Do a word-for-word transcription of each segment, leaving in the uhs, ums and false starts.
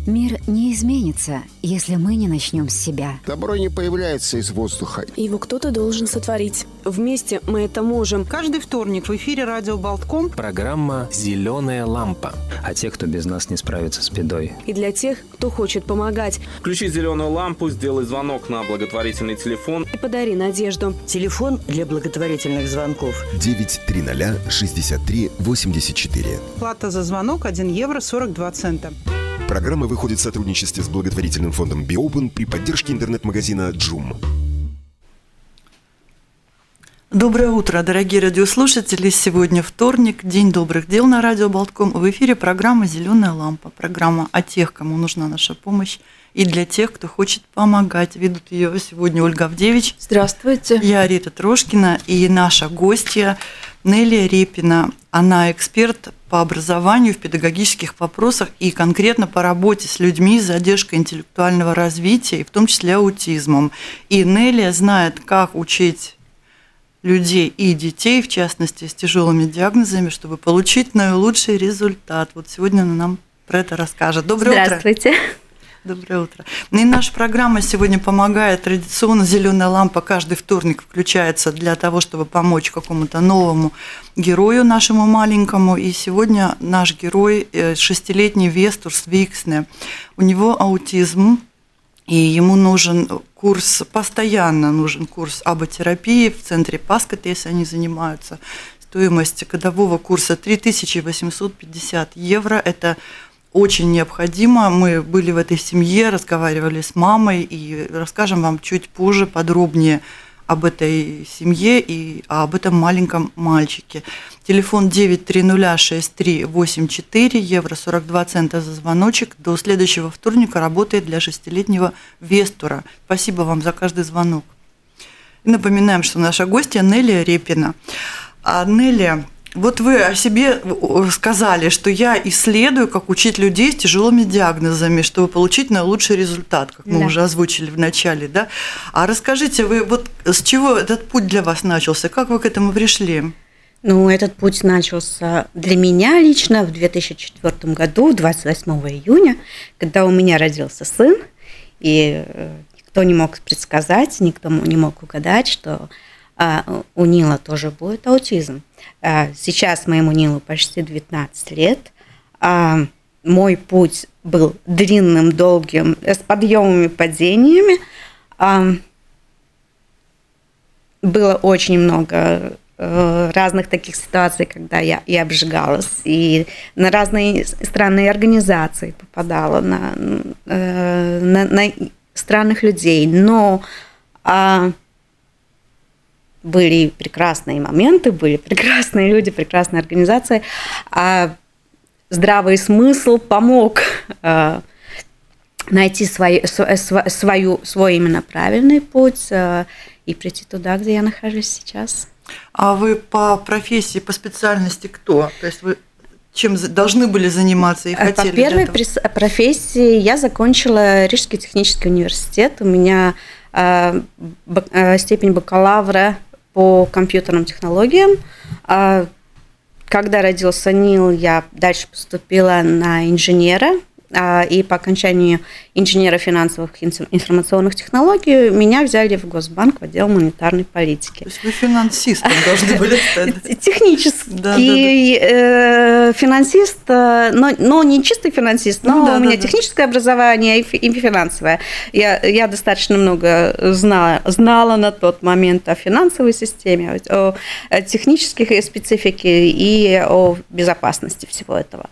Мир не изменится, если мы не начнем с себя. Добро не появляется из воздуха. Его кто-то должен сотворить. Вместе мы это можем. Каждый вторник в эфире радио Болтком программа «Зеленая лампа». А те, кто без нас не справится с бедой. И для тех, кто хочет помогать. Включи зеленую лампу, сделай звонок на благотворительный телефон. И подари надежду. Телефон для благотворительных звонков. девять триста шестьдесят три восемьдесят четыре. Плата за звонок один евро сорок два цента. Программа выходит в сотрудничестве с благотворительным фондом BeOpen при поддержке интернет-магазина Джум. Доброе утро, дорогие радиослушатели. Сегодня вторник, день добрых дел на радио Болтком. В эфире программа «Зеленая лампа». Программа о тех, кому нужна наша помощь, и для тех, кто хочет помогать. Ведут ее сегодня Ольга Авдевич. Здравствуйте. Я Рита Трошкина и наша гостья Нелия Репина. Она эксперт по образованию в педагогических вопросах и конкретно по работе с людьми с задержкой интеллектуального развития, и в том числе аутизмом. И Нелия знает, как учить людей и детей, в частности, с тяжелыми диагнозами, чтобы получить наилучший результат. Вот сегодня она нам про это расскажет. Доброе Здравствуйте. утро. Доброе утро. И наша программа сегодня помогает. Традиционно «Зеленая лампа» каждый вторник включается для того, чтобы помочь какому-то новому герою нашему маленькому. И сегодня наш герой – шестилетний Вестурс Виксне. У него аутизм, и ему нужен курс, постоянно нужен курс аботерапии в центре Паскотес, они занимаются. Стоимость годового курса три тысячи восемьсот пятьдесят евро. Это очень необходимо. Мы были в этой семье, разговаривали с мамой и расскажем вам чуть позже подробнее об этой семье и об этом маленьком мальчике. Телефон девять триста шестьдесят три восемьдесят четыре, евро сорок два цента за звоночек. До следующего вторника работает для шестилетнего Вестура. Спасибо вам за каждый звонок. И напоминаем, что наша гостья Нелия Репина. А Нелия, вот вы о себе сказали, что я исследую, как учить людей с тяжелыми диагнозами, чтобы получить наилучший результат, как мы да. уже озвучили в начале, да? А расскажите, вы вот с чего этот путь для вас начался, как вы к этому пришли? Ну, этот путь начался для меня лично в две тысячи четвёртом году, двадцать восьмого июня, когда у меня родился сын, и никто не мог предсказать, никто не мог угадать, что у Нила тоже будет аутизм. Сейчас моему Нилу почти девятнадцать лет. Мой путь был длинным, долгим, с подъемами и падениями. Было очень много разных таких ситуаций, когда я и обжигалась, и на разные странные организации попадала, на, на, на странных людей. Но были прекрасные моменты, были прекрасные люди, прекрасная организация. А здравый смысл помог а, найти свой, свою, свой именно правильный путь а, и прийти туда, где я нахожусь сейчас. А вы по профессии, по специальности кто? То есть вы чем должны были заниматься и хотели? По первой профессии я закончила Рижский технический университет. У меня а, бак, а, степень бакалавра по компьютерным технологиям. Когда родился Нил, я дальше поступила на инженера, и по окончанию инженера финансовых информационных технологий меня взяли в Госбанк в отдел монетарной политики. То есть вы финансистом должны были стать? Технический финансист, но не чистый финансист, но у меня техническое образование и финансовое. Я достаточно много знала на тот момент о финансовой системе, о технических специфике и о безопасности всего этого.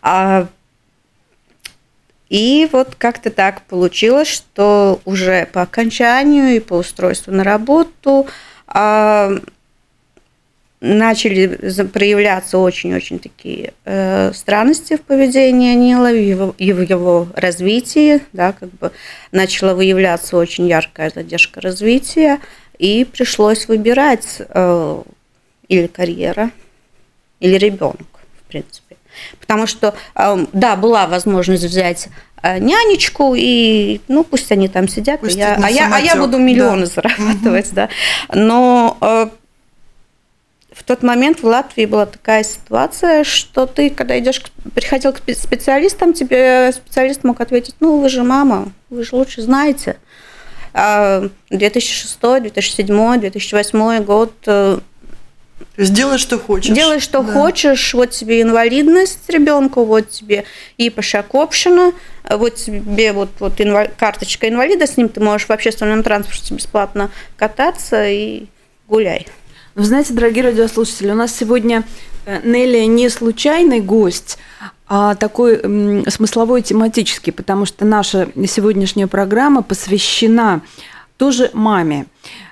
И вот как-то так получилось, что уже по окончанию и по устройству на работу а, начали проявляться очень-очень такие э, странности в поведении Нила, в его, в его развитии, да, как бы начала выявляться очень яркая задержка развития, и пришлось выбирать э, или карьера, или ребенок, в принципе. Потому что, да, была возможность взять нянечку, и, ну, пусть они там сидят, и я, а, я, а я буду миллионы да. зарабатывать, да. Но в тот момент в Латвии была такая ситуация, что ты, когда идешь, приходил к специалистам, тебе специалист мог ответить: ну, вы же мама, вы же лучше знаете. две тысячи шестой, две тысячи седьмой, две тысячи восьмой год. Делай, что хочешь. Делай, что да. хочешь. Вот тебе инвалидность ребенку, вот тебе и пошаковщина, вот тебе вот, вот инвал... карточка инвалида, с ним ты можешь в общественном транспорте бесплатно кататься и гуляй. Вы знаете, дорогие радиослушатели, у нас сегодня Нелли не случайный гость, а такой м, смысловой, тематический, потому что наша сегодняшняя программа посвящена тоже маме.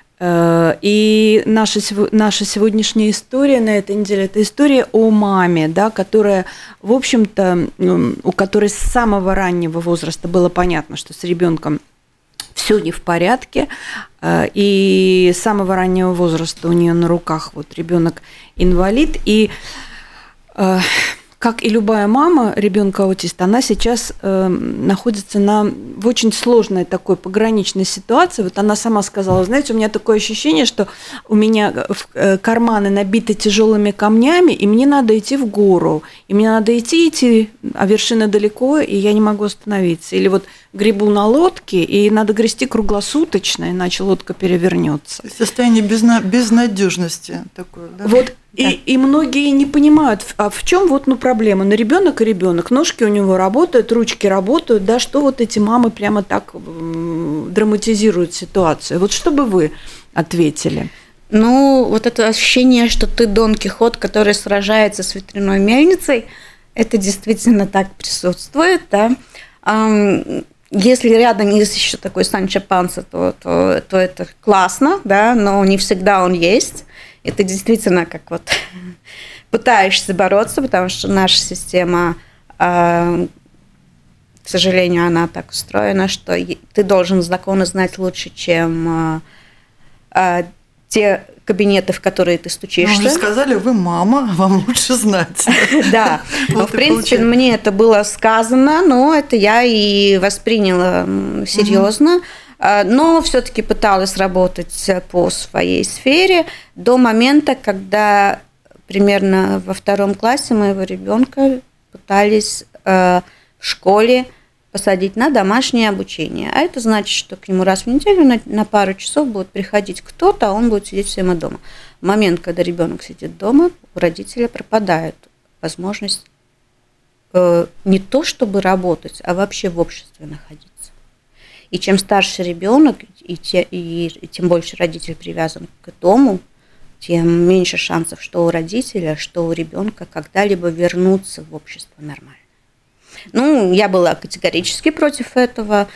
И наша, наша сегодняшняя история на этой неделе – это история о маме, да, которая, в общем-то, у которой с самого раннего возраста было понятно, что с ребенком все не в порядке, и с самого раннего возраста у нее на руках вот ребенок инвалид, и как и любая мама ребенка-аутиста, она сейчас э, находится на, в очень сложной такой пограничной ситуации. Вот она сама сказала: знаете, у меня такое ощущение, что у меня карманы набиты тяжелыми камнями, и мне надо идти в гору, и мне надо идти, идти, а вершина далеко, и я не могу остановиться. Или вот гребу на лодке, и надо грести круглосуточно, иначе лодка перевернется. Состояние безна- безнадежности такое, да? Вот. И, и многие не понимают, а в чем вот, ну, проблема. Ну, ребенок и ребенок, ножки у него работают, ручки работают, да, что вот эти мамы прямо так драматизируют ситуацию. Вот что бы вы ответили? Ну, вот это ощущение, что ты Дон Кихот, который сражается с ветряной мельницей, это действительно так присутствует, да. Если рядом есть еще такой Санчо Панса, то, то, то это классно, да, но не всегда он есть. И ты действительно как вот пытаешься бороться, потому что наша система, к сожалению, она так устроена, что ты должен законы знать лучше, чем те кабинеты, в которые ты стучишься. Ну, уже сказали, вы мама, вам лучше знать. Да, в принципе, мне это было сказано, но это я и восприняла серьезно. Но все-таки пыталась работать по своей сфере до момента, когда примерно во втором классе моего ребенка пытались в школе посадить на домашнее обучение. А это значит, что к нему раз в неделю на, на пару часов будет приходить кто-то, а он будет сидеть все время дома. В момент, когда ребенок сидит дома, у родителя пропадает возможность э, не то чтобы работать, а вообще в обществе находиться. И чем старше ребенок, и, те, и, и тем больше родитель привязан к дому, тем меньше шансов, что у родителя, что у ребенка когда-либо вернуться в общество нормально. Ну, я была категорически против этого.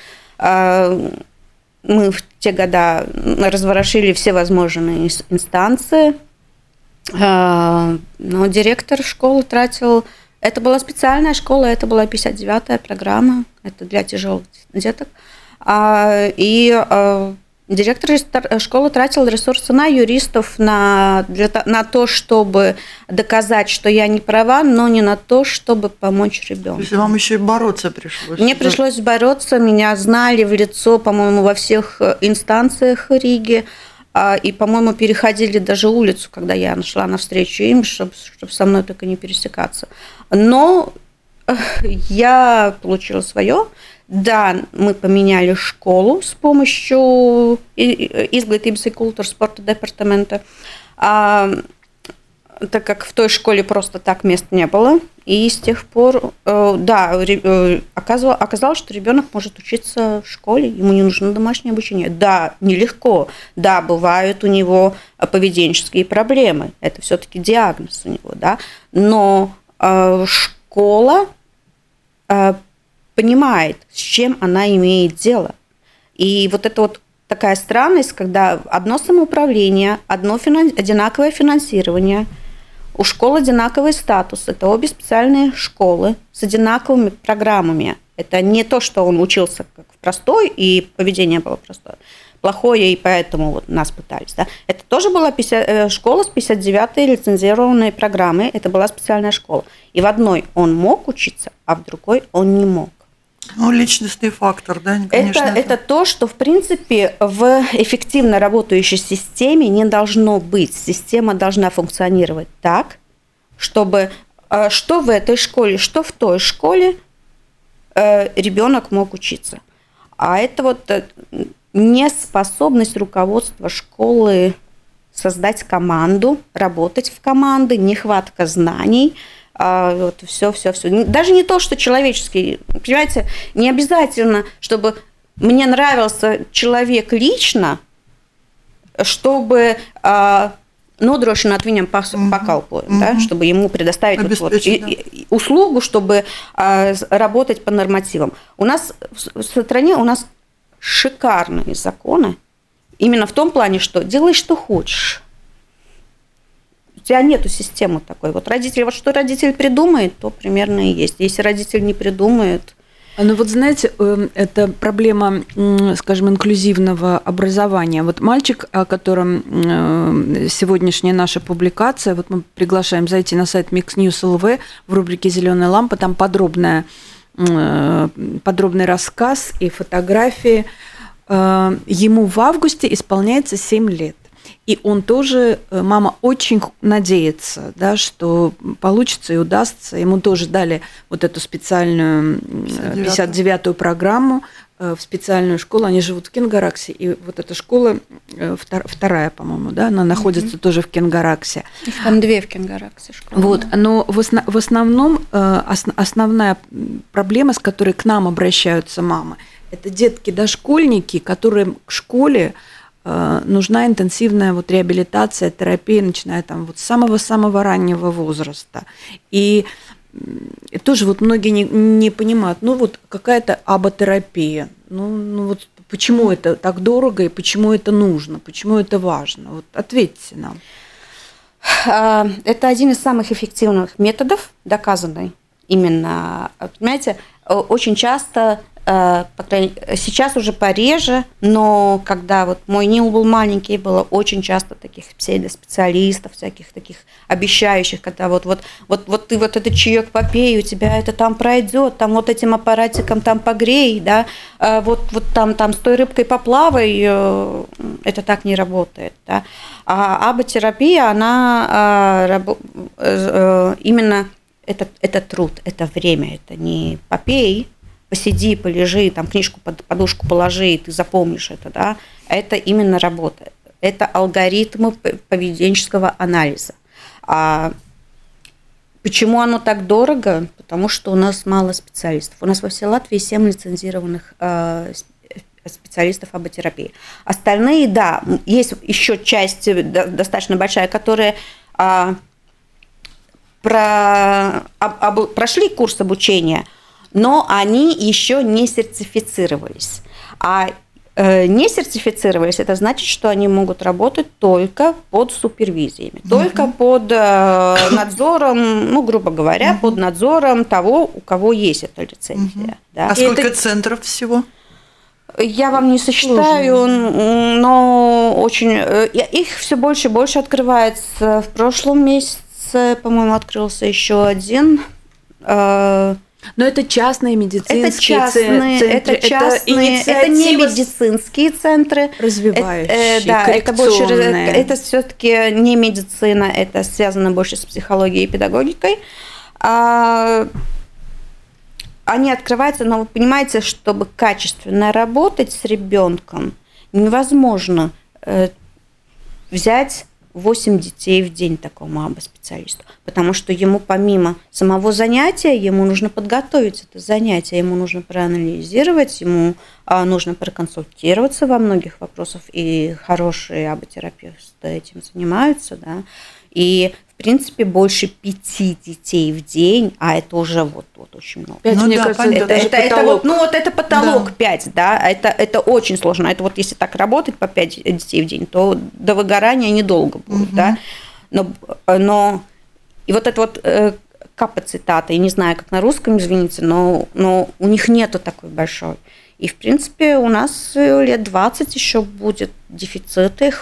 Мы в те года разворошили все возможные инстанции, но директор школы тратил... Это была специальная школа, это была пятьдесят девятая программа, это для тяжелых деток. И директор школы тратил ресурсы на юристов, на, для, на то, чтобы доказать, что я не права, но не на то, чтобы помочь ребенку. То есть вам еще и бороться пришлось? Мне да? пришлось бороться, меня знали в лицо, по-моему, во всех инстанциях Риги, и, по-моему, переходили даже улицу, когда я нашла навстречу им, чтобы, чтобы со мной только не пересекаться. Но я получила свое. Да, мы поменяли школу с помощью изглядības и культуры спорта департамента, а, так как в той школе просто так мест не было. И с тех пор, да, оказалось, оказалось, что ребенок может учиться в школе, ему не нужно домашнее обучение. Да, нелегко, да, бывают у него поведенческие проблемы, это все-таки диагноз у него, да, но школа понимает, с чем она имеет дело. И вот это вот такая странность, когда одно самоуправление, одно финанс... одинаковое финансирование, у школ одинаковый статус, это обе специальные школы с одинаковыми программами. Это не то, что он учился как в простой, и поведение было простое, плохое, и поэтому вот нас пытались. Да? Это тоже была пятьдесят... школа с пятьдесят девятой лицензированной программой, это была специальная школа. И в одной он мог учиться, а в другой он не мог. Ну, личностный фактор, да, конечно. Это, это то, что, в принципе, в эффективно работающей системе не должно быть. Система должна функционировать так, чтобы что в этой школе, что в той школе ребенок мог учиться. А это вот неспособность руководства школы создать команду, работать в команды, нехватка знаний, вот все, все, все. Даже не то, что человеческий, понимаете, не обязательно, чтобы мне нравился человек лично, чтобы нodrošināt viņam pakalpojumu, mm-hmm. да, чтобы ему предоставить вот, вот, и, и, услугу, чтобы а, работать по нормативам. У нас в стране у нас шикарные законы, именно в том плане, что делай, что хочешь. У тебя нету системы такой. Вот родитель, вот что родитель придумает, то примерно и есть. Если родитель не придумает... Ну вот знаете, это проблема, скажем, инклюзивного образования. Вот мальчик, о котором сегодняшняя наша публикация, вот мы приглашаем зайти на сайт Mix News эл ви в рубрике «Зеленая лампа», там подробная, подробный рассказ и фотографии. Ему в августе исполняется семь лет. И он тоже, мама очень надеется, да, что получится и удастся. Ему тоже дали вот эту специальную пятьдесят девятую программу в специальную школу. Они живут в Кенгараксе, и вот эта школа вторая, по-моему, да, она находится mm-hmm. тоже в Кенгараксе. Там две в Кенгараксе школы. Вот, да. Но в, основ, в основном основная проблема, с которой к нам обращаются мамы, это детки-дошкольники, которым к школе нужна интенсивная вот реабилитация, терапия, начиная там вот с самого-самого раннего возраста. И, и тоже вот многие не, не понимают, ну вот какая-то аботерапия, ну, ну вот почему это так дорого и почему это нужно, почему это важно? Вот ответьте нам. Это один из самых эффективных методов, доказанный именно, понимаете, очень часто... По крайней мере, сейчас уже пореже, но когда вот мой Нил был маленький, было очень часто таких псевдоспециалистов, всяких таких обещающих, когда вот, вот, вот, вот ты вот этот чаек попей, у тебя это там пройдет, там вот этим аппаратиком там погрей, да, вот, вот там, там с той рыбкой поплавай, это так не работает, да. А аботерапия, она именно это, это труд, это время, это не попей, посиди, полежи, там книжку под подушку положи, и ты запомнишь это, да, это именно работа. Это алгоритмы поведенческого анализа. А почему оно так дорого? Потому что у нас мало специалистов. У нас во всей Латвии семь лицензированных специалистов аботерапии. Остальные, да, есть еще часть достаточно большая, которые про, об, прошли курс обучения, но они еще не сертифицировались. А э, не сертифицировались, это значит, что они могут работать только под супервизиями, mm-hmm. только под э, надзором, ну, грубо говоря, mm-hmm. под надзором того, у кого есть эта лицензия. Mm-hmm. Да. А И сколько это... центров всего? Я вам не сосчитаю, Сложно. но очень... Их все больше и больше открывается. В прошлом месяце, по-моему, открылся еще один... Но это частные медицинские это частные, центры, это, частные, это, это не медицинские центры, развивающие, это, да, это больше, это все-таки не медицина, это связано больше с психологией и педагогикой. А, они открываются, но вы понимаете, чтобы качественно работать с ребенком, невозможно э, взять восемь детей в день такому або-специалисту, потому что ему помимо самого занятия, ему нужно подготовить это занятие, ему нужно проанализировать, ему а, нужно проконсультироваться во многих вопросах, и хорошие аботерапевты этим занимаются, да, и в принципе больше пяти детей в день, а это уже вот, вот очень много. Пять, ну, мне да, кажется, это, это, это вот, ну вот это потолок да. пять, да, это, это очень сложно. Это вот если так работать по пять детей в день, то до выгорания недолго будет, угу. да. Но, но и вот это вот э, капацитата, я не знаю, как на русском, извините, но, но у них нету такой большой. И в принципе у нас лет двадцать еще будет дефицит их.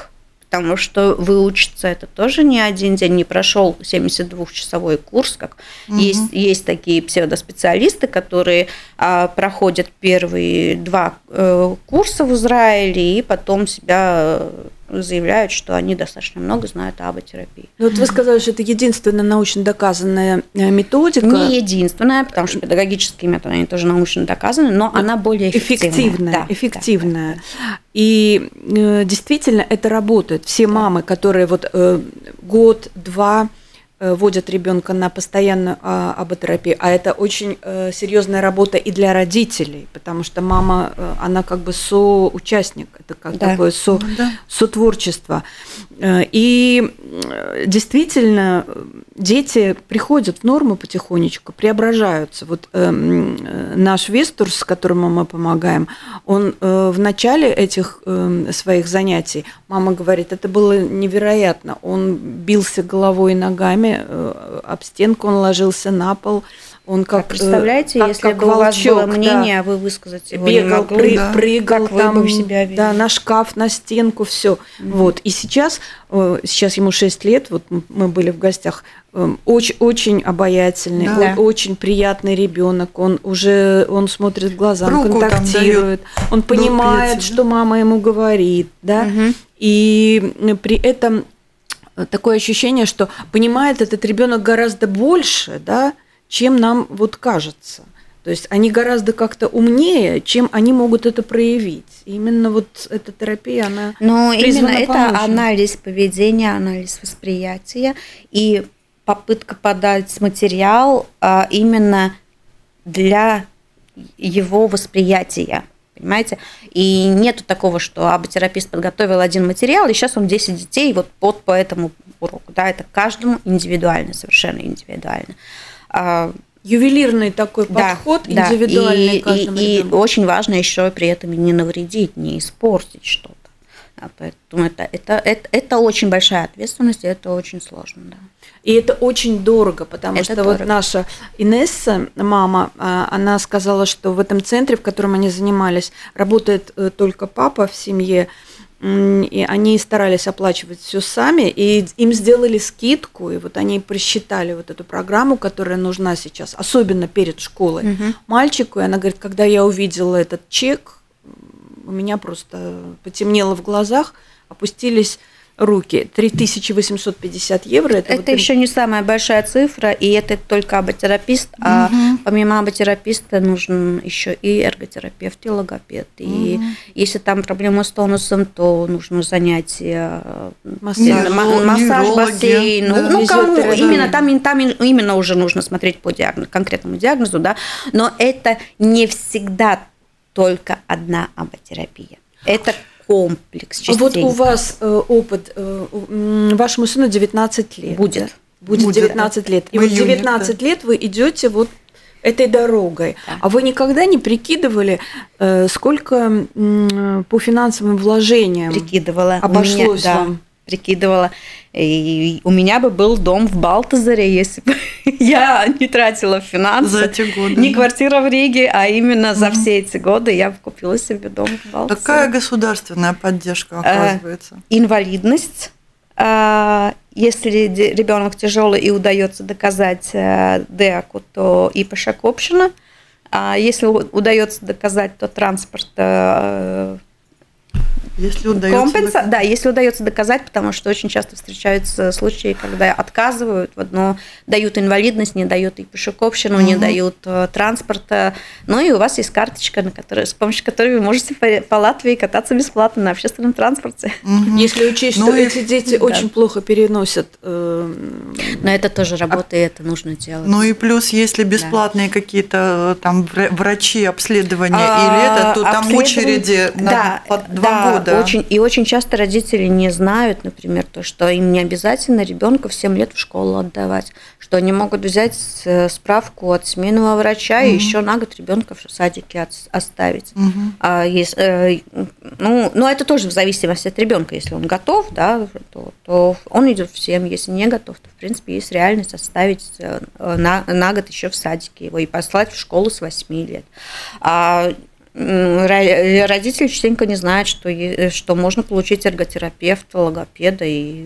потому что выучиться это тоже не один день, не прошел семидесятидвухчасовой курс, как угу. есть, есть такие псевдоспециалисты, которые а, проходят первые два а, курса в Израиле и потом себя заявляют, что они достаточно много знают об аботерапии. Ну, вот вы сказали, что это единственная научно доказанная методика. Не единственная, потому что педагогические методы, они тоже научно доказаны, но она более эффективная. Эффективная, да, эффективная. Да, да. И э, действительно это работает. Все да. мамы, которые вот э, год-два вводят ребенка на постоянную а, аботерапию, а это очень э, серьезная работа и для родителей, потому что мама, э, она как бы соучастник, это как да. такое со, да. сотворчество. И действительно дети приходят в норму потихонечку, преображаются. Вот э, наш Вестурс, с которым мы помогаем, он э, в начале этих э, своих занятий, мама говорит, это было невероятно, он бился головой и ногами об стенку, он ложился на пол, он как, представляете, как, если как бы волчок, у вас было мнение, да, а вы высказать его бегал, не могли, пры, да. прыгал, как там, вы бы себя вели? Да, на шкаф, на стенку, все. Mm-hmm. Вот. И сейчас, сейчас ему шесть лет, вот мы были в гостях, очень, очень обаятельный, да. он, очень приятный ребенок, он уже он смотрит в глаза, он руку контактирует, он понимает, пьете, что да? мама ему говорит, да, mm-hmm. и при этом такое ощущение, что понимает этот ребенок гораздо больше, да, чем нам вот кажется. То есть они гораздо как-то умнее, чем они могут это проявить. И именно вот эта терапия, она Но именно это помочь. Анализ поведения, анализ восприятия и попытка подать материал а, именно для его восприятия. Понимаете? И нету такого, что аботерапист подготовил один материал, и сейчас он десять детей вот под по этому уроку. Да, это каждому индивидуально, совершенно индивидуально. Ювелирный такой да, подход, да. индивидуальный и, каждому и, ребенку. И очень важно еще при этом не навредить, не испортить что-то. Да, поэтому это, это, это, это очень большая ответственность, и это очень сложно. Да. И это очень дорого, потому это что дорого. Вот наша Инесса, мама, она сказала, что в этом центре, в котором они занимались, работает только папа в семье, и они старались оплачивать все сами, и им сделали скидку, и вот они просчитали вот эту программу, которая нужна сейчас, особенно перед школой, угу. мальчику, и она говорит, когда я увидела этот чек, у меня просто потемнело в глазах, опустились руки. три тысячи восемьсот пятьдесят евро. Это, это вот еще не самая большая цифра, и это только аботерапист, угу. а помимо аботераписта нужен еще и эрготерапевт, и логопед. Угу. И если там проблемы с тонусом, то нужно занятия, массаж, массаж бассейн. Да. Ну, кому именно, там, там именно уже нужно смотреть по диагнозу, конкретному диагнозу, да, но это не всегда только одна аботерапия. Это комплекс частей. Вот у вас э, опыт, э, вашему сыну девятнадцать лет. Будет. Да? Будет, Будет девятнадцать лет. И вот девятнадцать да. лет вы идете вот этой дорогой. Да. А вы никогда не прикидывали, э, сколько э, по финансовым вложениям Прикидывала. обошлось меня, вам? Да. Прикидывала. И у меня бы был дом в Балтазаре, если бы я не тратила финансы. За эти годы. Не квартира в Риге, а именно за все эти годы я бы купила себе дом в Балтазаре. Какая государственная поддержка оказывается? А, инвалидность. А, если ребенок тяжелый и удается доказать ДЭАКу, то и пешекопщина. А если удается доказать, то транспорт. Если удается Компенса... доказать. Да, если удается доказать, потому что очень часто встречаются случаи, когда отказывают, но дают инвалидность, не дают и пешековщину, угу. не дают транспорта. Ну и у вас есть карточка, на которой, с помощью которой вы можете по, по Латвии кататься бесплатно на общественном транспорте. Угу. Если учесть, ну, что и... эти дети да. очень плохо переносят. Э... Но это тоже работа, и это нужно делать. Ну и плюс, если бесплатные да. какие-то там врачи, обследования а, или это, то там очереди на да, по два да, года. Очень, и очень часто родители не знают, например, то, что им не обязательно ребенка в семь лет в школу отдавать, что они могут взять справку от семейного врача угу. и еще на год ребенка в садике оставить. Угу. А, если, ну, ну, это тоже в зависимости от ребенка. Если он готов, да, то, то он идет в семь. Если не готов, то, в принципе, есть реальность оставить на, на год еще в садике его и послать в школу с восьми лет. А, родители частенько не знают, что, что можно получить эрготерапевта, логопеда и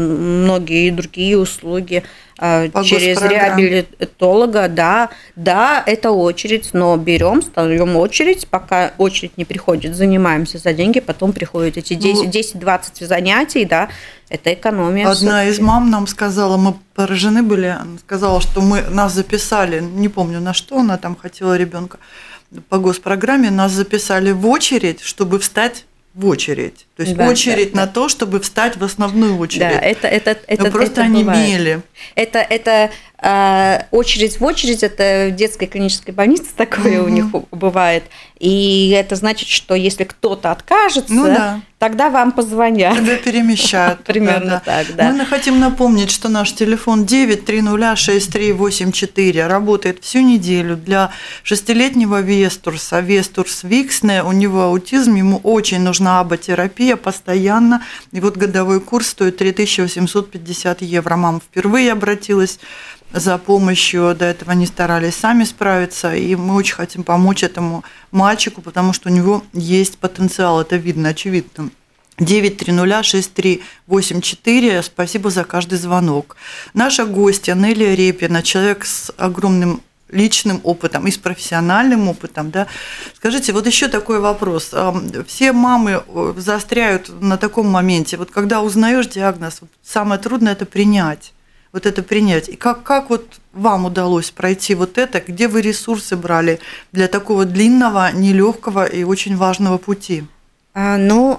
многие другие услуги по через реабилитолога. Да, да, это очередь, но берем, ставим очередь, пока очередь не приходит, занимаемся за деньги, потом приходят эти десять-двадцать занятий, да, это экономия. Одна из мам нам сказала, мы поражены были, она сказала, что мы, нас записали, не помню на что, она там хотела ребенка, по госпрограмме нас записали в очередь, чтобы встать в очередь. То есть да, очередь да, на да. то, чтобы встать в основную очередь. Да, это, это, это, ну, просто это онемели. Это, это э, очередь в очередь, это в детской клинической больнице такое угу. у них бывает. И это значит, что если кто-то откажется, ну, да. тогда вам позвонят. Тогда перемещают. Примерно так, да. Мы хотим напомнить, что наш телефон девять три ноль шесть три восемь четыре работает всю неделю для шестилетнего Вестурса. Вестурс Виксне, у него аутизм, ему очень нужна аботерапия постоянно. И вот годовой курс стоит три тысячи восемьсот пятьдесят евро. Мама впервые обратилась за помощью, до этого не старались сами справиться, и мы очень хотим помочь этому мальчику, потому что у него есть потенциал, это видно, очевидно. девять три ноль шесть три восемь четыре, спасибо за каждый звонок. Наша гостья Нелли Репина, человек с огромным личным опытом и с профессиональным опытом, да. Скажите, вот еще такой вопрос. Все мамы заостряют на таком моменте, вот когда узнаешь диагноз, самое трудное – это принять. Вот это принять. И как, как вот вам удалось пройти вот это, где вы ресурсы брали для такого длинного, нелегкого и очень важного пути? А, ну,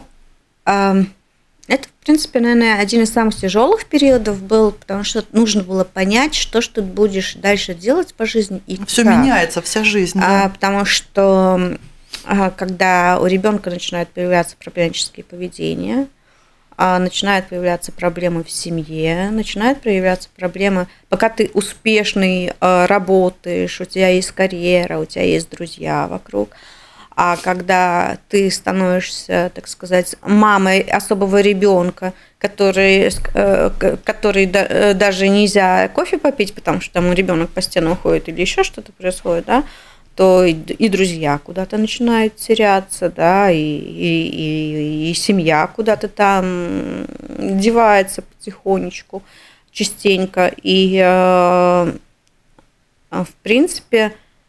а, это, в принципе, наверное, один из самых тяжелых периодов был, потому что нужно было понять, что ж ты будешь дальше делать по жизни. Все меняется, вся жизнь. Да? А, потому что а, когда у ребенка начинают появляться проблематические поведения, начинают появляться проблемы в семье, начинают проявляться проблемы, пока ты успешный, работаешь, у тебя есть карьера, у тебя есть друзья вокруг, а когда ты становишься, так сказать, мамой особого ребенка, который, который даже нельзя кофе попить, потому что там ребенок по стене уходит или еще что-то происходит, да, то и друзья куда-то начинают теряться, да, и, и, и, и семья куда-то там девается потихонечку, частенько. И, э, в принципе,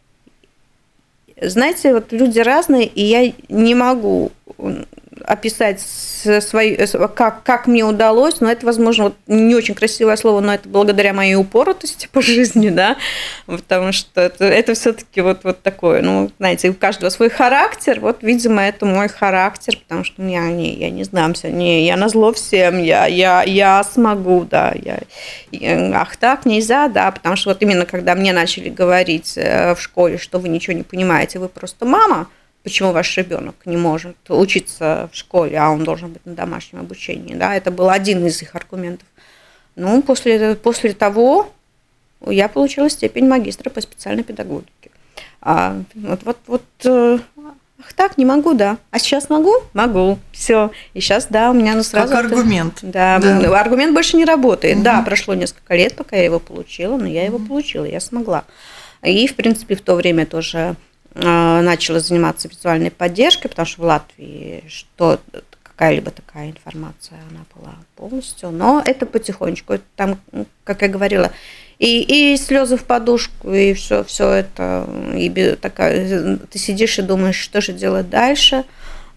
знаете, вот люди разные, и я не могу описать свои, как, как мне удалось, но это, возможно, вот не очень красивое слово, но это благодаря моей упоротости по жизни, да, потому что это, это все-таки вот, вот такое, ну, знаете, у каждого свой характер, вот, видимо, это мой характер, потому что я не, я не сдамся, не, я назло всем, я, я, я смогу, да, я, я, ах, так нельзя, да, потому что вот именно когда мне начали говорить в школе, что вы ничего не понимаете, вы просто мама, почему ваш ребенок не может учиться в школе, а он должен быть на домашнем обучении. Да? Это был один из их аргументов. Ну, после, после того я получила степень магистра по специальной педагогике. А, вот, вот, вот, ах, так, не могу, да. А сейчас могу? Могу. Все. И сейчас, да, у меня ну, сразу... Как аргумент. Да, да, аргумент больше не работает. Угу. Да, прошло несколько лет, пока я его получила, но я его получила, я смогла. И, в принципе, в то время тоже... начала заниматься визуальной поддержкой, потому что в Латвии что какая-либо такая информация, она была полностью, но это потихонечку, это там, как я говорила, и, и слезы в подушку, и все, все это, и такая, ты сидишь и думаешь, что же делать дальше,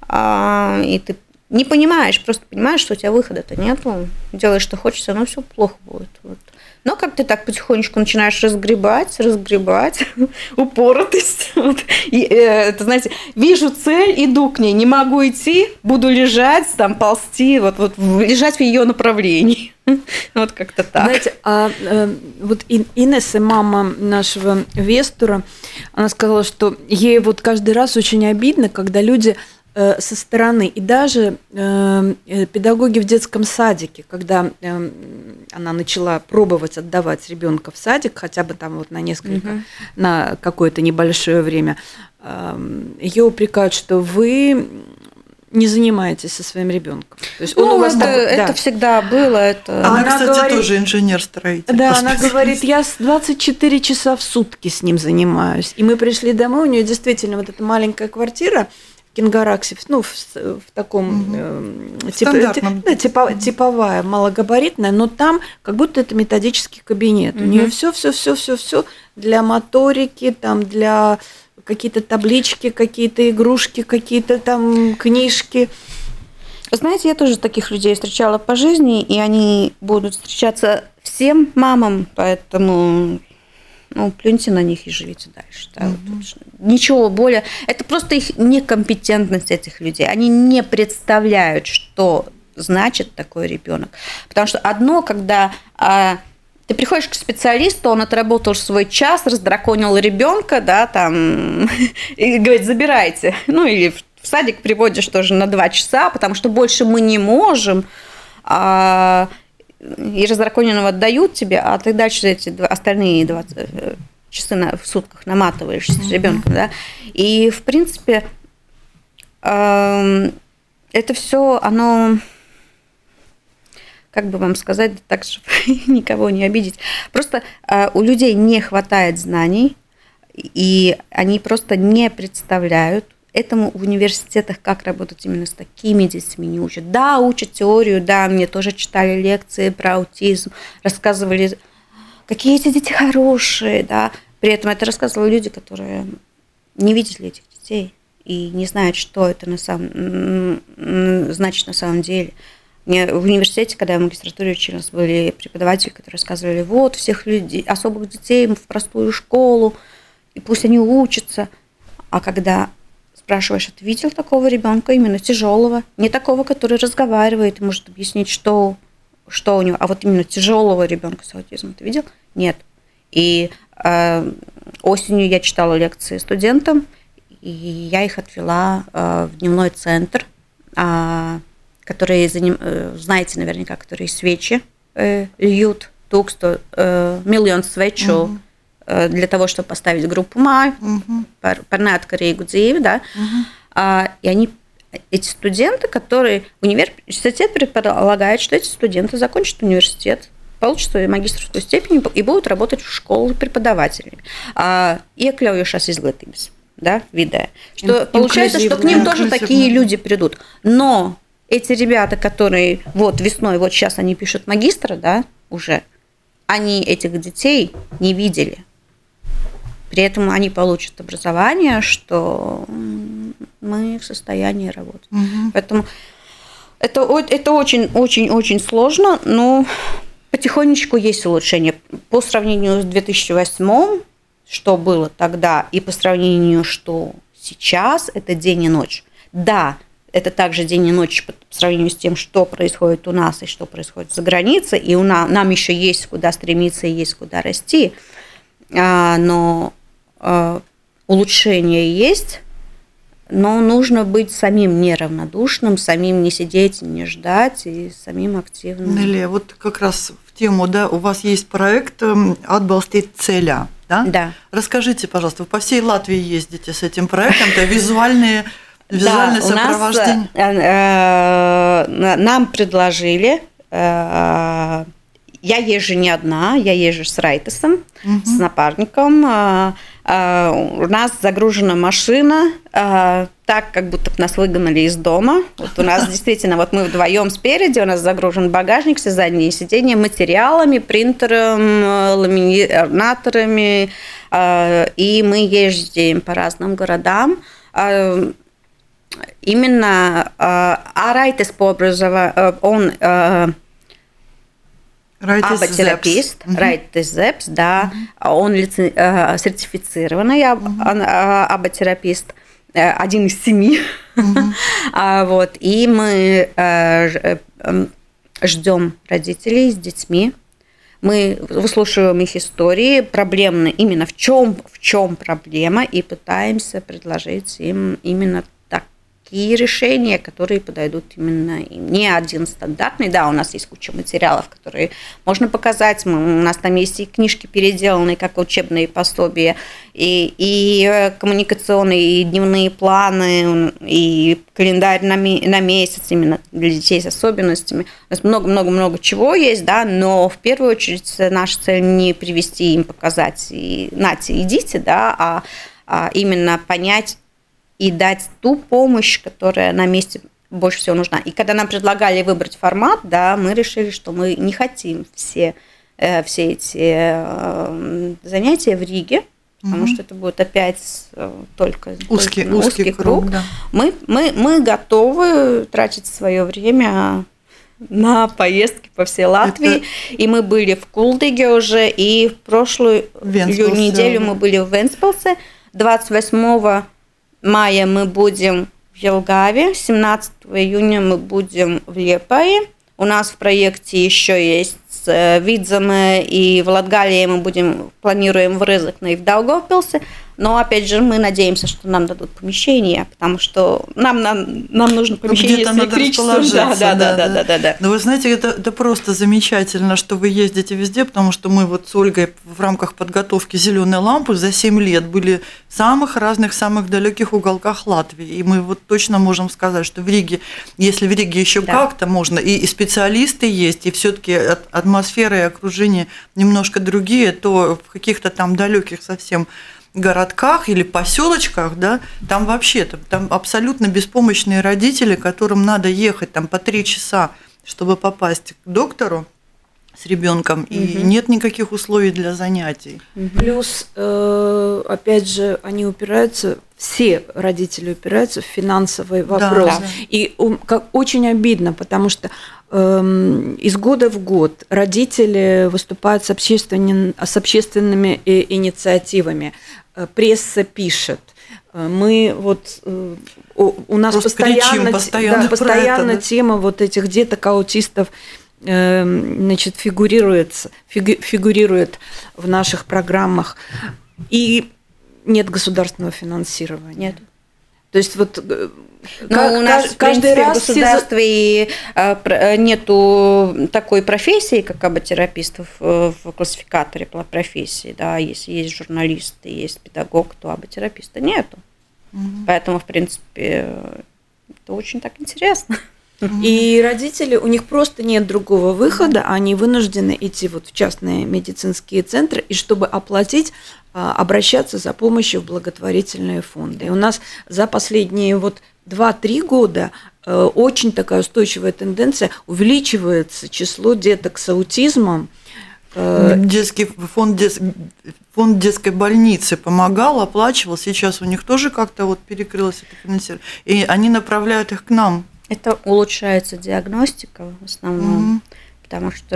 и ты не понимаешь, просто понимаешь, что у тебя выхода-то нету, делаешь, что хочется, но все плохо будет. Вот. Но как ты так потихонечку начинаешь разгребать, разгребать, упоротость. Вот. И, это, знаете, вижу цель, иду к ней, не могу идти, буду лежать, там, ползти, вот, вот, лежать в ее направлении. Вот как-то так. Знаете, а вот Инесса, мама нашего Вестура, она сказала, что ей вот каждый раз очень обидно, когда люди со стороны, и даже э, педагоги в детском садике, когда э, она начала пробовать отдавать ребенка в садик, хотя бы там вот на несколько, угу. на какое-то небольшое время, э, ее упрекают, что вы не занимаетесь со своим ребенком? То есть ну, он у вас это, такой, это да. всегда было. Это... Она, Она кстати, говорит- тоже инженер-строитель. Да, по она специальности. говорит, я с двадцать четыре часа в сутки с ним занимаюсь. И мы пришли домой, у нее действительно вот эта маленькая квартира в Кингараксе, ну, в, в таком Мгм. э, Стандартном. да, типа, типовая, малогабаритная, но там как будто это методический кабинет. У Мгм. нее все, все, все, все, все для моторики, там для какие-то таблички, какие-то игрушки, какие-то там книжки. Знаете, я тоже таких людей встречала по жизни, и они будут встречаться всем мамам, поэтому ну, плюньте на них и живите дальше. Да, вот тут ничего более. Это просто их некомпетентность этих людей. Они не представляют, что значит такой ребенок. Потому что одно, когда а, ты приходишь к специалисту, он отработал свой час, раздраконил ребенка, да, там, и говорит, забирайте. Ну, или в садик приводишь тоже на два часа, потому что больше мы не можем, а, и раздраконенного отдают тебе, а ты дальше эти два, остальные двадцать часы на, в сутках наматываешься mm-hmm. с ребенком, да. И, в принципе, э, это все, оно, как бы вам сказать, так, чтобы никого не обидеть. Просто э, у людей не хватает знаний, и они просто не представляют. Этому в университетах как работать именно с такими детьми не учат. Да, учат теорию, да, мне тоже читали лекции про аутизм, рассказывали, какие эти дети хорошие, да. При этом это рассказывали люди, которые не видели этих детей и не знают, что это на самом, значит на самом деле. Мне в университете, когда я в магистратуре училась, были преподаватели, которые рассказывали, вот, всех людей, особых детей в простую школу, и пусть они учатся. А когда спрашиваешь, а ты видел такого ребенка именно тяжелого, не такого, который разговаривает и может объяснить, что, что у него, а вот именно тяжелого ребенка с аутизмом ты видел? Нет. И э, осенью я читала лекции студентам, и я их отвела э, в дневной центр, э, которые, э, знаете наверняка, которые свечи э, льют, туксто, э, миллион свечу, угу. для того, чтобы поставить группу май, par, par neatkarīgu dzīvi, да, uh-huh. а, и они, эти студенты, которые, университет предполагает, что эти студенты закончат университет, получат свою магистерскую степень и будут работать в школе преподавателями. А, iekļaujošās izglītības, да, вида. Что получается, что к ним тоже такие люди придут. Но эти ребята, которые вот весной, вот сейчас они пишут магистра, да, уже, они этих детей не видели. При этом они получат образование, что мы в состоянии работать. Угу. Поэтому это, это очень-очень-очень сложно, но потихонечку есть улучшение. По сравнению с две тысячи восьмым, что было тогда, и по сравнению, что сейчас, это день и ночь. Да, это также день и ночь по сравнению с тем, что происходит у нас и что происходит за границей, и у нас, нам еще есть куда стремиться и есть куда расти, но улучшение есть, но нужно быть самим неравнодушным, самим не сидеть, не ждать и самим активным. Нелли, вот как раз в тему, да, у вас есть проект «Atbalstīt ceļā», да? Да. Расскажите, пожалуйста, вы по всей Латвии ездите с этим проектом, это визуальные Визуальное да, сопровождение. У нас, э, э, нам предложили, э, я езжу не одна, я езжу с Райтесом, угу. с напарником. Э, э, у нас загружена машина, э, так, как будто нас выгнали из дома. Вот у нас действительно, вот мы вдвоем спереди, у нас загружен багажник, все задние сиденья материалами, принтером, ламинаторами, э, и мы ездим по разным городам. Э, Именно а Райтес по образованию, он аботерапист, Райтес Зепс, да, он лице, сертифицированный аботерапист, один из семи. Вот, и мы ждем родителей с детьми. Мы выслушиваем их истории, проблемные, именно в чем, в чем проблема, и пытаемся предложить им именно такие решения, которые подойдут именно им. Не один стандартный, да, у нас есть куча материалов, которые можно показать, мы, у нас там есть и книжки переделанные, как учебные пособия, и, и коммуникационные, и дневные планы, и календарь на, на месяц именно для детей с особенностями. У нас много-много-много чего есть, да, но в первую очередь наша цель не привести им, показать, и нате, идите, да, а, а именно понять и дать ту помощь, которая на месте больше всего нужна. И когда нам предлагали выбрать формат, да, мы решили, что мы не хотим все, э, все эти э, занятия в Риге, потому mm-hmm. что это будет опять э, только узкий, только узкий, узкий круг. круг да. мы, мы, мы готовы тратить свое время на поездки по всей Латвии. Это... И мы были в Кулдиге уже, и в прошлую Венспилсе. неделю мы были в Венспилсе. двадцать восьмого мая мы будем в Елгаве, семнадцатого июня мы будем в Лепае. У нас в проекте еще есть Видземе, и в Латгалии мы будем, планируем в Рызыкне и в Даугавпилсе. Но, опять же, мы надеемся, что нам дадут помещение, потому что нам, нам, нам нужно помещение ну, с электричеством. Да, да, да, да, да, да, да. Но вы знаете, это, это просто замечательно, что вы ездите везде, потому что мы вот с Ольгой в рамках подготовки «Зеленой лампы» за семь лет были в самых разных, самых далеких уголках Латвии. И мы вот точно можем сказать, что в Риге, если в Риге еще да. как-то можно, и, и специалисты есть, и все-таки атмосфера и окружение немножко другие, то в каких-то там далеких совсем городках или поселочках, да, там вообще там, там абсолютно беспомощные родители, которым надо ехать там по три часа, чтобы попасть к доктору с ребенком, угу. и нет никаких условий для занятий. Угу. Плюс, э, опять же, они упираются, все родители упираются в финансовый вопрос. Да. И как, очень обидно, потому что э, из года в год родители выступают с, общественными, с общественными инициативами, пресса пишет. Мы вот у нас Просто постоянно, кричим, постоянно, да, постоянно это, да? тема вот этих деток аутистов значит, фигурирует, фигурирует в наших программах. И нет государственного финансирования. Нет. То есть вот но как, у нас, каждый в принципе, раз в государстве все... и нету такой профессии, как аботерапистов в классификаторе профессий. Да, если есть журналисты, есть педагог, то аботераписта нету. Угу. Поэтому, в принципе, это очень так интересно. И родители, у них просто нет другого выхода, они вынуждены идти вот в частные медицинские центры, и чтобы оплатить, обращаться за помощью в благотворительные фонды. И у нас за последние вот два-три года очень такая устойчивая тенденция, увеличивается число деток с аутизмом. Детский фонд, дет... фонд детской больницы помогал, оплачивал, сейчас у них тоже как-то вот перекрылось это финансирование, и они направляют их к нам. Это улучшается диагностика в основном, mm-hmm. потому что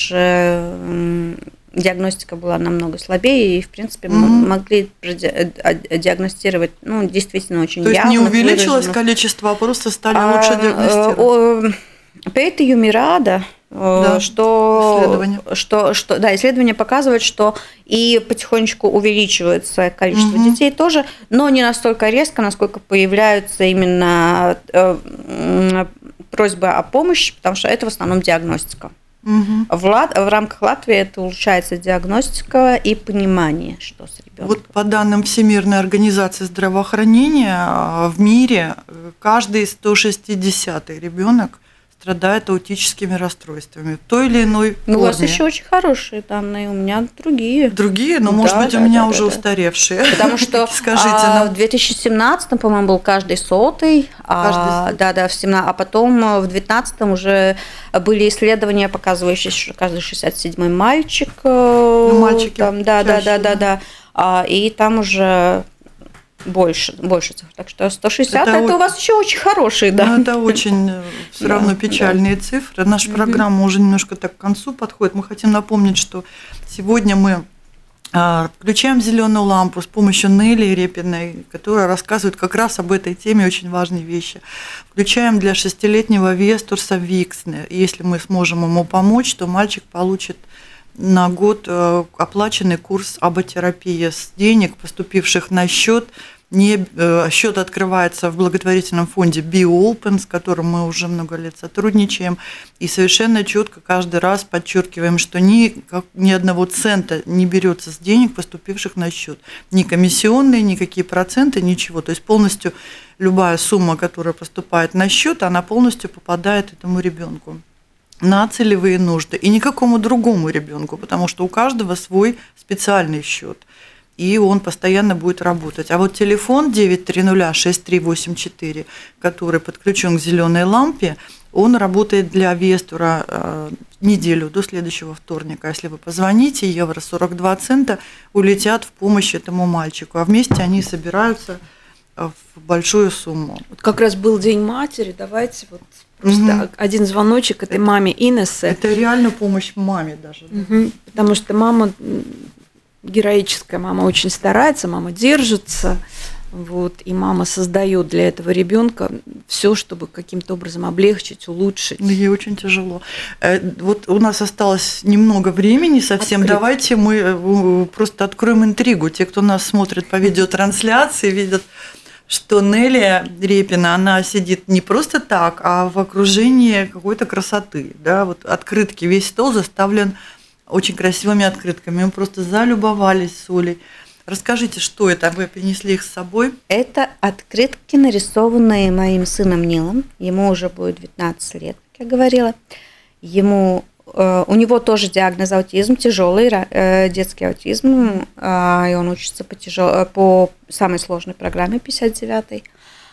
раньше диагностика была намного слабее, и, в принципе, mm-hmm. мы могли диагностировать, ну, действительно очень явно. То есть не увеличилось выражено. Количество, а просто стали а, лучше диагностировать? Пейтījumi rāda, да, что, исследование. Что, что, да, исследования показывают, что и потихонечку увеличивается количество угу. детей тоже, но не настолько резко, насколько появляются именно э, просьбы о помощи, потому что это в основном диагностика. Угу. В, Лат, в рамках Латвии это улучшается диагностика и понимание, что с ребенком. Вот по данным Всемирной организации здравоохранения в мире каждый сто шестидесятый ребенок страдает аутическими расстройствами в той или иной форме. Ну, у вас еще очень хорошие данные, у меня другие. Другие? Ну, да, может быть, да, у меня да, уже да, устаревшие. Потому что Скажите, а, в две тысячи семнадцатом, по-моему, был каждый сотый, каждый а, сотый. Да, да, в семнадцатом, а потом в две тысячи девятнадцатом уже были исследования, показывающие, что каждый шестьдесят седьмой мальчик. Ну, мальчики там, да, да, да, да, да, да. И там уже... Больше, больше цифр. Так что сто шестьдесят это, это у вас еще очень хорошие, да. Ну, это очень все равно да, печальные да. цифры. Наша mm-hmm. программа уже немножко так к концу подходит. Мы хотим напомнить, что сегодня мы включаем зеленую лампу с помощью Нелли Репиной, которая рассказывает как раз об этой теме очень важные вещи. Включаем для шестилетнего Вестурса Виксне. Если мы сможем ему помочь, то мальчик получит на год оплаченный курс аботерапии с денег, поступивших на счет. Не, счет открывается в благотворительном фонде BioOpen, с которым мы уже много лет сотрудничаем, и совершенно четко каждый раз подчеркиваем, что ни, ни одного цента не берется с денег, поступивших на счет. Ни комиссионные, никакие проценты, ничего. То есть полностью любая сумма, которая поступает на счет, она полностью попадает этому ребенку на целевые нужды и никакому другому ребенку, потому что у каждого свой специальный счет. И он постоянно будет работать. А вот телефон девять три ноль шесть три восемь четыре, который подключен к зеленой лампе, он работает для Вестура э, неделю до следующего вторника. Если вы позвоните, евро сорок два цента улетят в помощь этому мальчику, а вместе они собираются в большую сумму. Вот как раз был День матери, давайте вот просто угу. один звоночек этой маме Инессе. Это реально помощь маме даже. Угу. Потому что мама... героическая, мама очень старается, мама держится, вот, и мама создает для этого ребенка все, чтобы каким-то образом облегчить, улучшить. Ей очень тяжело. Вот у нас осталось немного времени совсем. Открыть. Давайте мы просто откроем интригу. Те, кто нас смотрит по видеотрансляции, видят, что Нелли Репина, она сидит не просто так, а в окружении какой-то красоты. Да? Вот открытки, весь стол заставлен очень красивыми открытками. Мы просто залюбовались с Олей. Расскажите, что это? Вы принесли их с собой? Это открытки, нарисованные моим сыном Нилом. Ему уже будет девятнадцать лет, как я говорила. Ему, э, у него тоже диагноз аутизм, тяжелый э, детский аутизм. Э, и он учится по, тяжел, по самой сложной программе пятьдесят девятой.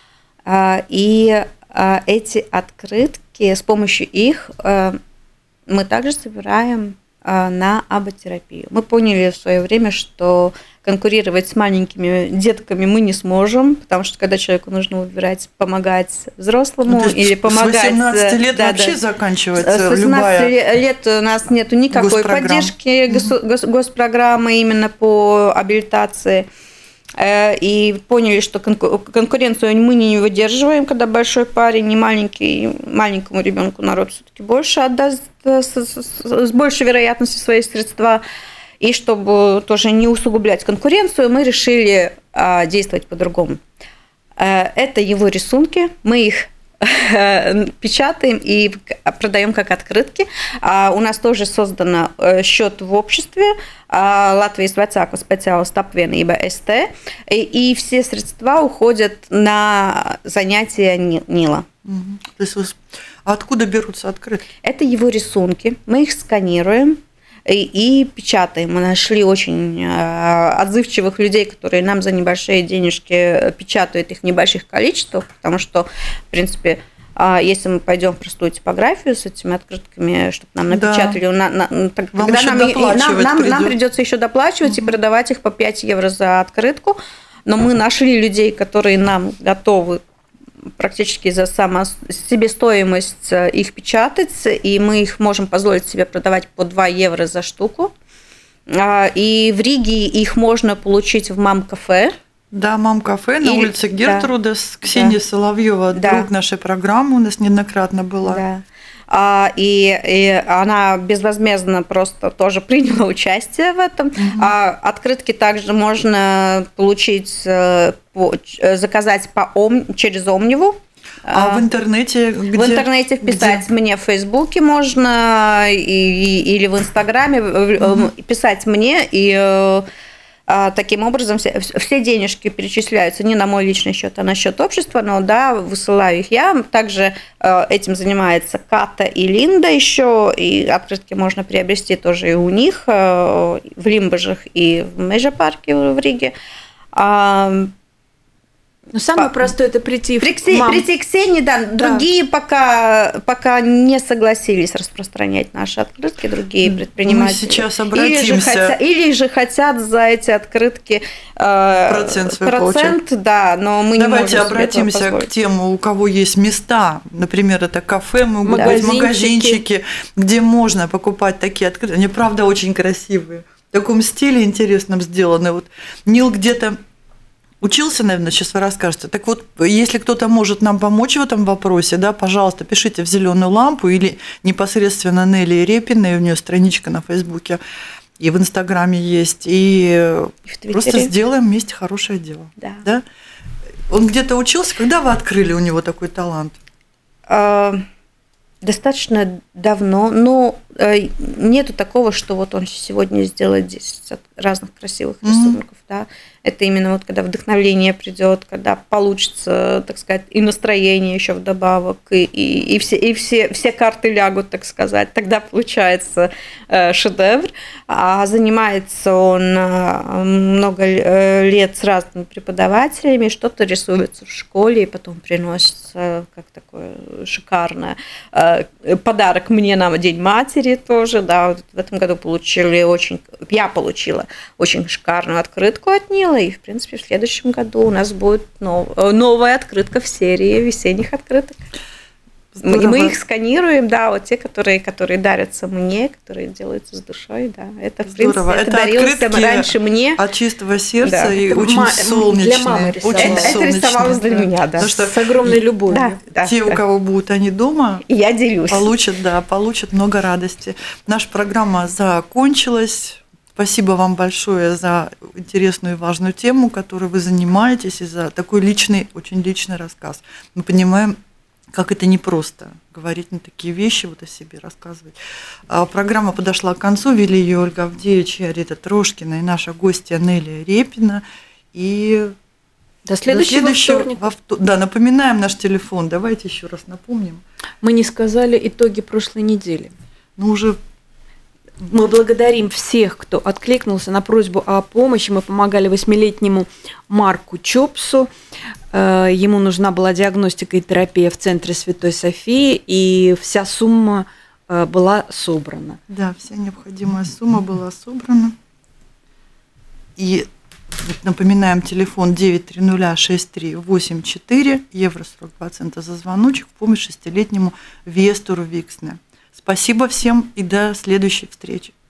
Э, и э, эти открытки, с помощью их э, мы также собираем на аботерапию. Мы поняли в свое время, что конкурировать с маленькими детками мы не сможем, потому что когда человеку нужно выбирать, помогать взрослому ну, или помогать... С восемнадцати лет да, вообще да, заканчивается любая... С восемнадцати лет у нас нет никакой поддержки гос, гос, госпрограммы именно по абилитации. И поняли, что конкуренцию мы не выдерживаем, когда большой парень и маленький, маленькому ребенку народ все-таки больше отдаст с большей вероятностью свои средства. И чтобы тоже не усугублять конкуренцию, мы решили действовать по-другому. Это его рисунки, мы их печатаем и продаем как открытки. У нас тоже создан счет в обществе Латвijas vecāku speciālistu apvienība эс тэ, и все средства уходят на занятия Нила. То есть откуда берутся открытки? Это его рисунки, мы их сканируем и, и печатаем. Мы нашли очень отзывчивых людей, которые нам за небольшие денежки печатают их в небольших количествах, потому что, в принципе, если мы пойдем в простую типографию с этими открытками, чтобы нам напечатали, да. на, на, так, тогда нам, нам, нам, нам придется еще доплачивать угу. и продавать их по пять евро за открытку. Но мы нашли людей, которые нам готовы практически за само, себестоимость их печатать, и мы их можем позволить себе продавать по два евро за штуку. И в Риге их можно получить в Мам-кафе. Да, Мам-кафе на Или... улице Гертруда, да. с Ксенией да. Соловьёва, да. друг нашей программы, у нас неоднократно была. Да. А, и, и она безвозмездно просто тоже приняла участие в этом. Угу. А, открытки также можно получить, по, заказать по ом, через Омниву. А, а в интернете где? В интернете вписать где? Мне в Фейсбуке можно, и, и, или в Инстаграме, угу. писать мне, и таким образом все, все денежки перечисляются не на мой личный счет, а на счет общества, но да, высылаю их я. Также этим занимается Ката и Линда еще, и открытки можно приобрести тоже и у них, в Лимбажах и в Межапарке в Риге. Но самое по... простое – это прийти в прийти, мам. Прийти к Ксении, да. да. Другие пока, пока не согласились распространять наши открытки, другие предприниматели. Мы сейчас обратимся. Или же, хотя, или же хотят за эти открытки э, процент, свой процент да, но мы Давайте не можем обратимся к тем, у кого есть места, например, это кафе, могут да. быть магазинчики, где можно покупать такие открытки. Они, правда, очень красивые. В таком стиле интересном сделаны. Вот Нил где-то учился, наверное, сейчас вы расскажете. Так вот, если кто-то может нам помочь в этом вопросе, да, пожалуйста, пишите в «Зеленую лампу» или непосредственно Нелли Репиной, у нее страничка на Фейсбуке и в Инстаграме есть, и, и просто сделаем вместе хорошее дело. Да. Да? Он где-то учился, когда вы открыли у него такой талант? Достаточно давно, но нету такого, что вот он сегодня сделает десять разных красивых рисунков, mm-hmm. да. Это именно вот когда вдохновление придет, когда получится, так сказать, и настроение еще вдобавок, и, и, и, все, и все, все карты лягут, так сказать, тогда получается шедевр. А занимается он много лет с разными преподавателями, что-то рисуется в школе, и потом приносится как такое шикарное подарок мне на День матери тоже, да, вот в этом году получили очень, я получила очень шикарную открытку от Нила, и, в принципе, в следующем году у нас будет нов, новая открытка в серии весенних открыток. Здорово. И мы их сканируем, да, вот те, которые, которые дарятся мне, которые делаются с душой, да. Это, в принципе, это, это дарилось раньше мне. От чистого сердца, да. И это очень ма- солнечные. Для мамы очень это, это рисовалось для меня, да. Что с огромной любовью. Да, да, те, да. у кого будут они дома, и я делюсь. Получат, да, получат много радости. Наша программа закончилась. Спасибо вам большое за интересную и важную тему, которой вы занимаетесь, и за такой личный, очень личный рассказ. Мы понимаем, как это непросто говорить на такие вещи, вот о себе рассказывать. А программа подошла к концу. Вели ее Ольга Авдеевич и Рита Трошкина, и наша гостья Нелли Репина. И до следующего, до следующего вторника. Во... Да, напоминаем наш телефон. Давайте еще раз напомним. Мы не сказали итоги прошлой недели. Ну, уже... Мы благодарим всех, кто откликнулся на просьбу о помощи. Мы помогали восьмилетнему Марку Чопсу. Ему нужна была диагностика и терапия в центре Святой Софии, и вся сумма была собрана. Да, вся необходимая сумма была собрана. И напоминаем, телефон девять три ноль шесть три восемь четыре, евро сорок два цента за звоночек, в помощь шестилетнему Вестору Виксне. Спасибо всем и до следующей встречи.